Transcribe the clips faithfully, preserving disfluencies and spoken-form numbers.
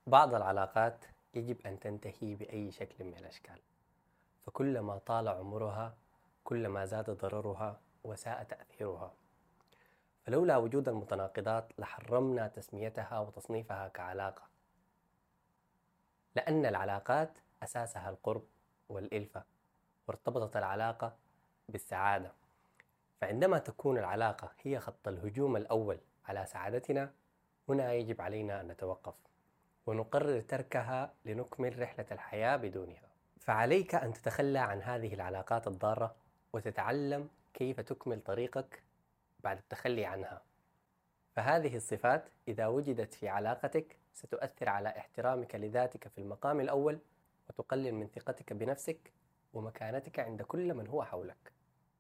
بعض العلاقات يجب أن تنتهي بأي شكل من الأشكال، فكلما طال عمرها كلما زاد ضررها وساء تأثيرها. فلولا وجود المتناقضات لحرمنا تسميتها وتصنيفها كعلاقة، لأن العلاقات أساسها القرب والإلفة، وارتبطت العلاقة بالسعادة. فعندما تكون العلاقة هي خط الهجوم الأول على سعادتنا، هنا يجب علينا أن نتوقف ونقرر تركها لنكمل رحلة الحياة بدونها. فعليك أن تتخلى عن هذه العلاقات الضارة وتتعلم كيف تكمل طريقك بعد التخلي عنها. فهذه الصفات إذا وجدت في علاقتك ستؤثر على احترامك لذاتك في المقام الأول، وتقلل من ثقتك بنفسك ومكانتك عند كل من هو حولك.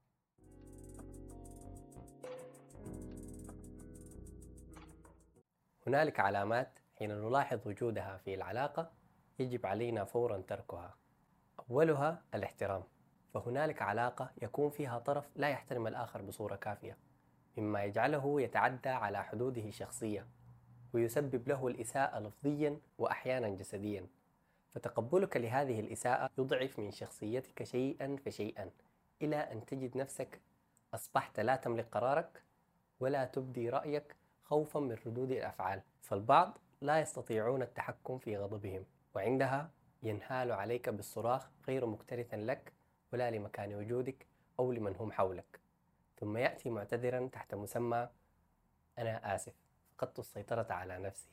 هنالك علامات حين نلاحظ وجودها في العلاقة يجب علينا فورا تركها. أولها الاحترام، فهنالك علاقة يكون فيها طرف لا يحترم الآخر بصورة كافية، مما يجعله يتعدى على حدوده الشخصية ويسبب له الإساءة لفظيا وأحيانا جسديا. فتقبلك لهذه الإساءة يضعف من شخصيتك شيئا فشيئا، إلى أن تجد نفسك أصبحت لا تملك قرارك ولا تبدي رأيك خوفا من ردود الأفعال. فالبعض لا يستطيعون التحكم في غضبهم، وعندها ينهال عليك بالصراخ غير مكترث لك ولا لمكان وجودك أو لمن هم حولك، ثم يأتي معتذرا تحت مسمى أنا آسف فقدت السيطرة على نفسي.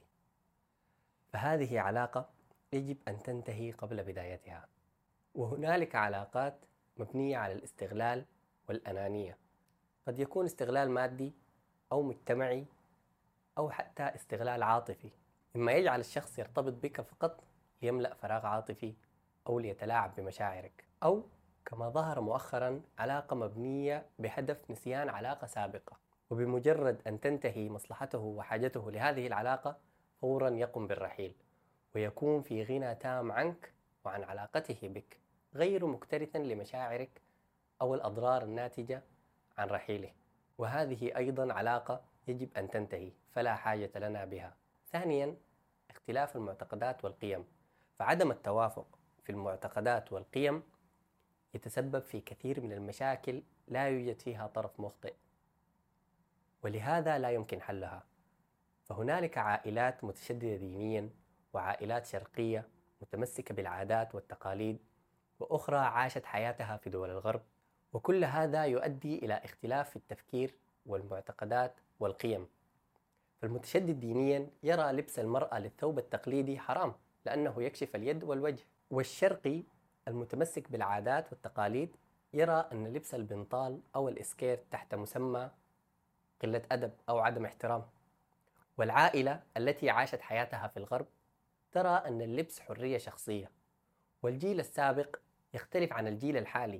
فهذه علاقة يجب أن تنتهي قبل بدايتها. وهنالك علاقات مبنية على الاستغلال والأنانية، قد يكون استغلال مادي أو مجتمعي أو حتى استغلال عاطفي، مما يجعل الشخص يرتبط بك فقط ليملأ فراغ عاطفي أو ليتلاعب بمشاعرك، أو كما ظهر مؤخرا علاقة مبنية بهدف نسيان علاقة سابقة، وبمجرد أن تنتهي مصلحته وحاجته لهذه العلاقة فورا يقوم بالرحيل ويكون في غنى تام عنك وعن علاقته بك، غير مكترث لمشاعرك أو الأضرار الناتجة عن رحيله. وهذه أيضا علاقة يجب أن تنتهي، فلا حاجة لنا بها. ثانيا، اختلاف المعتقدات والقيم، فعدم التوافق في المعتقدات والقيم يتسبب في كثير من المشاكل لا يوجد فيها طرف مخطئ، ولهذا لا يمكن حلها. فهنالك عائلات متشددة دينيا، وعائلات شرقية متمسكة بالعادات والتقاليد، وأخرى عاشت حياتها في دول الغرب، وكل هذا يؤدي إلى اختلاف في التفكير والمعتقدات والقيم. فالمتشدد دينيا يرى لبس المرأة للثوب التقليدي حرام لأنه يكشف اليد والوجه، والشرقي المتمسك بالعادات والتقاليد يرى أن لبس البنطال أو الإسكير تحت مسمى قلة أدب أو عدم احترام. والعائلة التي عاشت حياتها في الغرب ترى أن اللبس حرية شخصية، والجيل السابق يختلف عن الجيل الحالي،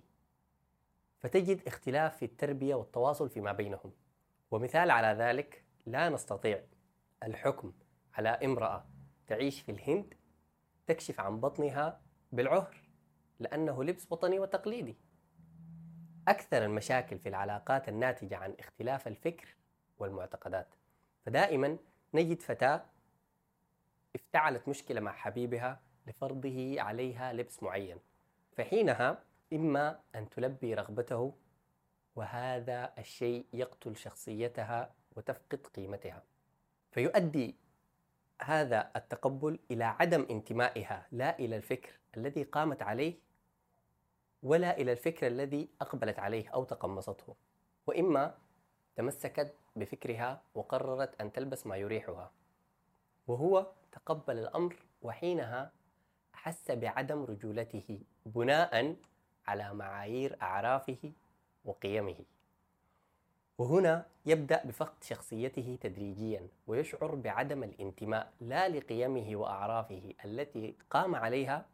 فتجد اختلاف في التربية والتواصل فيما بينهم. ومثال على ذلك، لا نستطيع الحكم على امرأة تعيش في الهند تكشف عن بطنها بالعهر لأنه لبس وطني وتقليدي. أكثر المشاكل في العلاقات الناتجة عن اختلاف الفكر والمعتقدات، فدائما نجد فتاة افتعلت مشكلة مع حبيبها لفرضه عليها لبس معين، فحينها إما أن تلبي رغبته، وهذا الشيء يقتل شخصيتها وتفقد قيمتها، فيؤدي هذا التقبل إلى عدم انتمائها لا إلى الفكر الذي قامت عليه ولا إلى الفكر الذي أقبلت عليه أو تقمصته، وإما تمسكت بفكرها وقررت أن تلبس ما يريحها، وهو تقبل الأمر وحينها أحس بعدم رجولته بناء على معايير أعرافه وقيمه. وهنا يبدأ بفقد شخصيته تدريجيا ويشعر بعدم الانتماء لا لقيمه وأعرافه التي قام عليها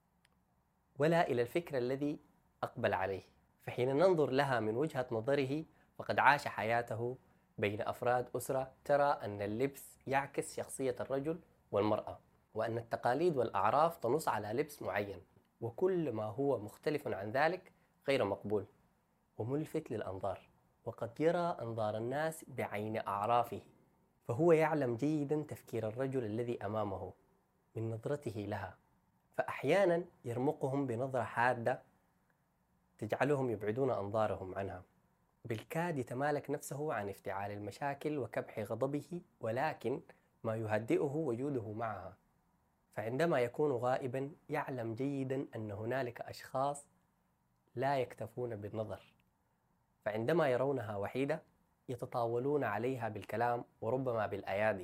ولا إلى الفكر الذي أقبل عليه. فحين ننظر لها من وجهة نظره فقد عاش حياته بين أفراد أسرة ترى أن اللبس يعكس شخصية الرجل والمرأة، وأن التقاليد والأعراف تنص على لبس معين، وكل ما هو مختلف عن ذلك غير مقبول وملفت للأنظار، وقد يرى أنظار الناس بعين أعرافه. فهو يعلم جيدا تفكير الرجل الذي أمامه، من نظرته لها، فأحيانا يرمقهم بنظرة حادة تجعلهم يبعدون أنظارهم عنها، بالكاد يتمالك نفسه عن افتعال المشاكل وكبح غضبه، ولكن ما يهدئه وجوده معها. فعندما يكون غائبا يعلم جيدا أن هنالك أشخاص لا يكتفون بالنظر، فعندما يرونها وحيدة يتطاولون عليها بالكلام وربما بالأيادي.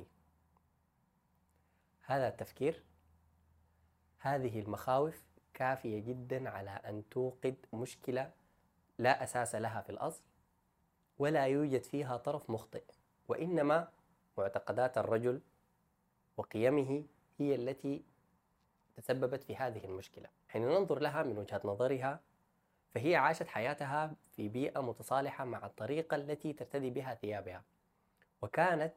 هذا التفكير، هذه المخاوف كافية جدا على أن توقد مشكلة لا أساس لها في الأصل، ولا يوجد فيها طرف مخطئ، وإنما معتقدات الرجل وقيمه هي التي تسببت في هذه المشكلة. حين ننظر لها من وجهة نظرها، فهي عاشت حياتها في بيئة متصالحة مع الطريقة التي ترتدي بها ثيابها، وكانت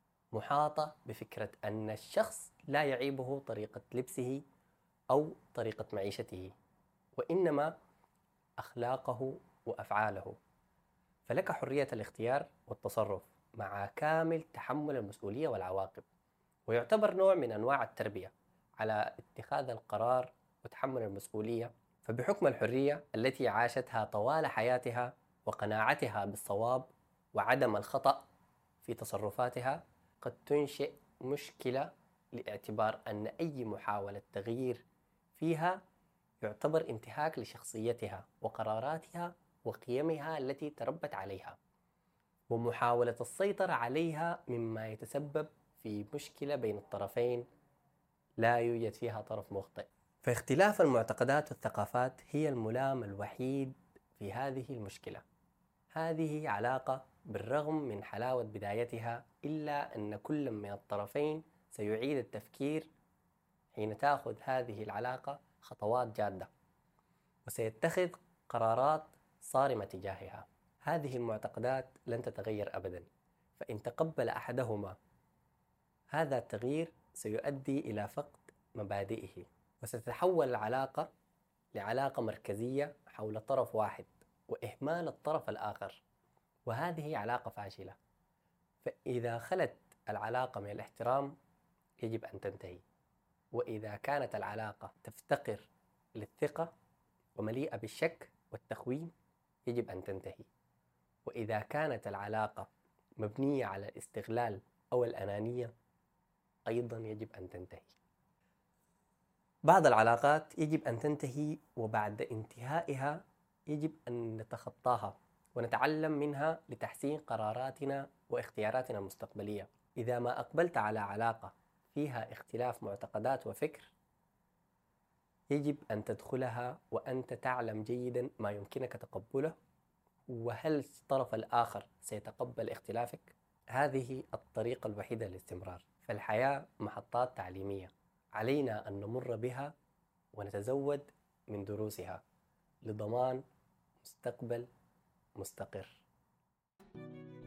محاطة بفكرة أن الشخص لا يعيبه طريقة لبسه أو طريقة معيشته، وإنما أخلاقه وأفعاله. فلك حرية الاختيار والتصرف مع كامل تحمل المسؤولية والعواقب، ويعتبر نوع من أنواع التربية على اتخاذ القرار وتحمل المسؤولية. فبحكم الحرية التي عاشتها طوال حياتها وقناعتها بالصواب وعدم الخطأ في تصرفاتها، قد تنشئ مشكلة لاعتبار أن أي محاولة تغيير فيها يعتبر انتهاك لشخصيتها وقراراتها وقيمها التي تربت عليها، ومحاولة السيطرة عليها مما يتسبب في مشكلة بين الطرفين لا يوجد فيها طرف مخطئ. فاختلاف المعتقدات والثقافات هي الملام الوحيد في هذه المشكلة. هذه علاقة بالرغم من حلاوة بدايتها، إلا أن كل من الطرفين سيعيد التفكير حين تأخذ هذه العلاقة خطوات جادة، وسيتخذ قرارات صارمة تجاهها. هذه المعتقدات لن تتغير أبدا، فإن تقبل أحدهما هذا التغيير سيؤدي إلى فقد مبادئه، وستتحول العلاقة لعلاقة مركزية حول طرف واحد وإهمال الطرف الآخر، وهذه علاقة فاشلة. فإذا خلت العلاقة من الاحترام يجب أن تنتهي، وإذا كانت العلاقة تفتقر للثقة ومليئة بالشك والتخوين يجب أن تنتهي، وإذا كانت العلاقة مبنية على الاستغلال أو الأنانية أيضا يجب أن تنتهي. بعض العلاقات يجب أن تنتهي، وبعد انتهائها يجب أن نتخطاها ونتعلم منها لتحسين قراراتنا واختياراتنا المستقبلية. إذا ما أقبلت على علاقة فيها اختلاف معتقدات وفكر، يجب أن تدخلها وأنت تعلم جيدا ما يمكنك تقبله، وهل الطرف الآخر سيتقبل اختلافك. هذه الطريقة الوحيدة للاستمرار. فالحياة محطات تعليمية علينا أن نمر بها ونتزود من دروسها لضمان مستقبل مستقر.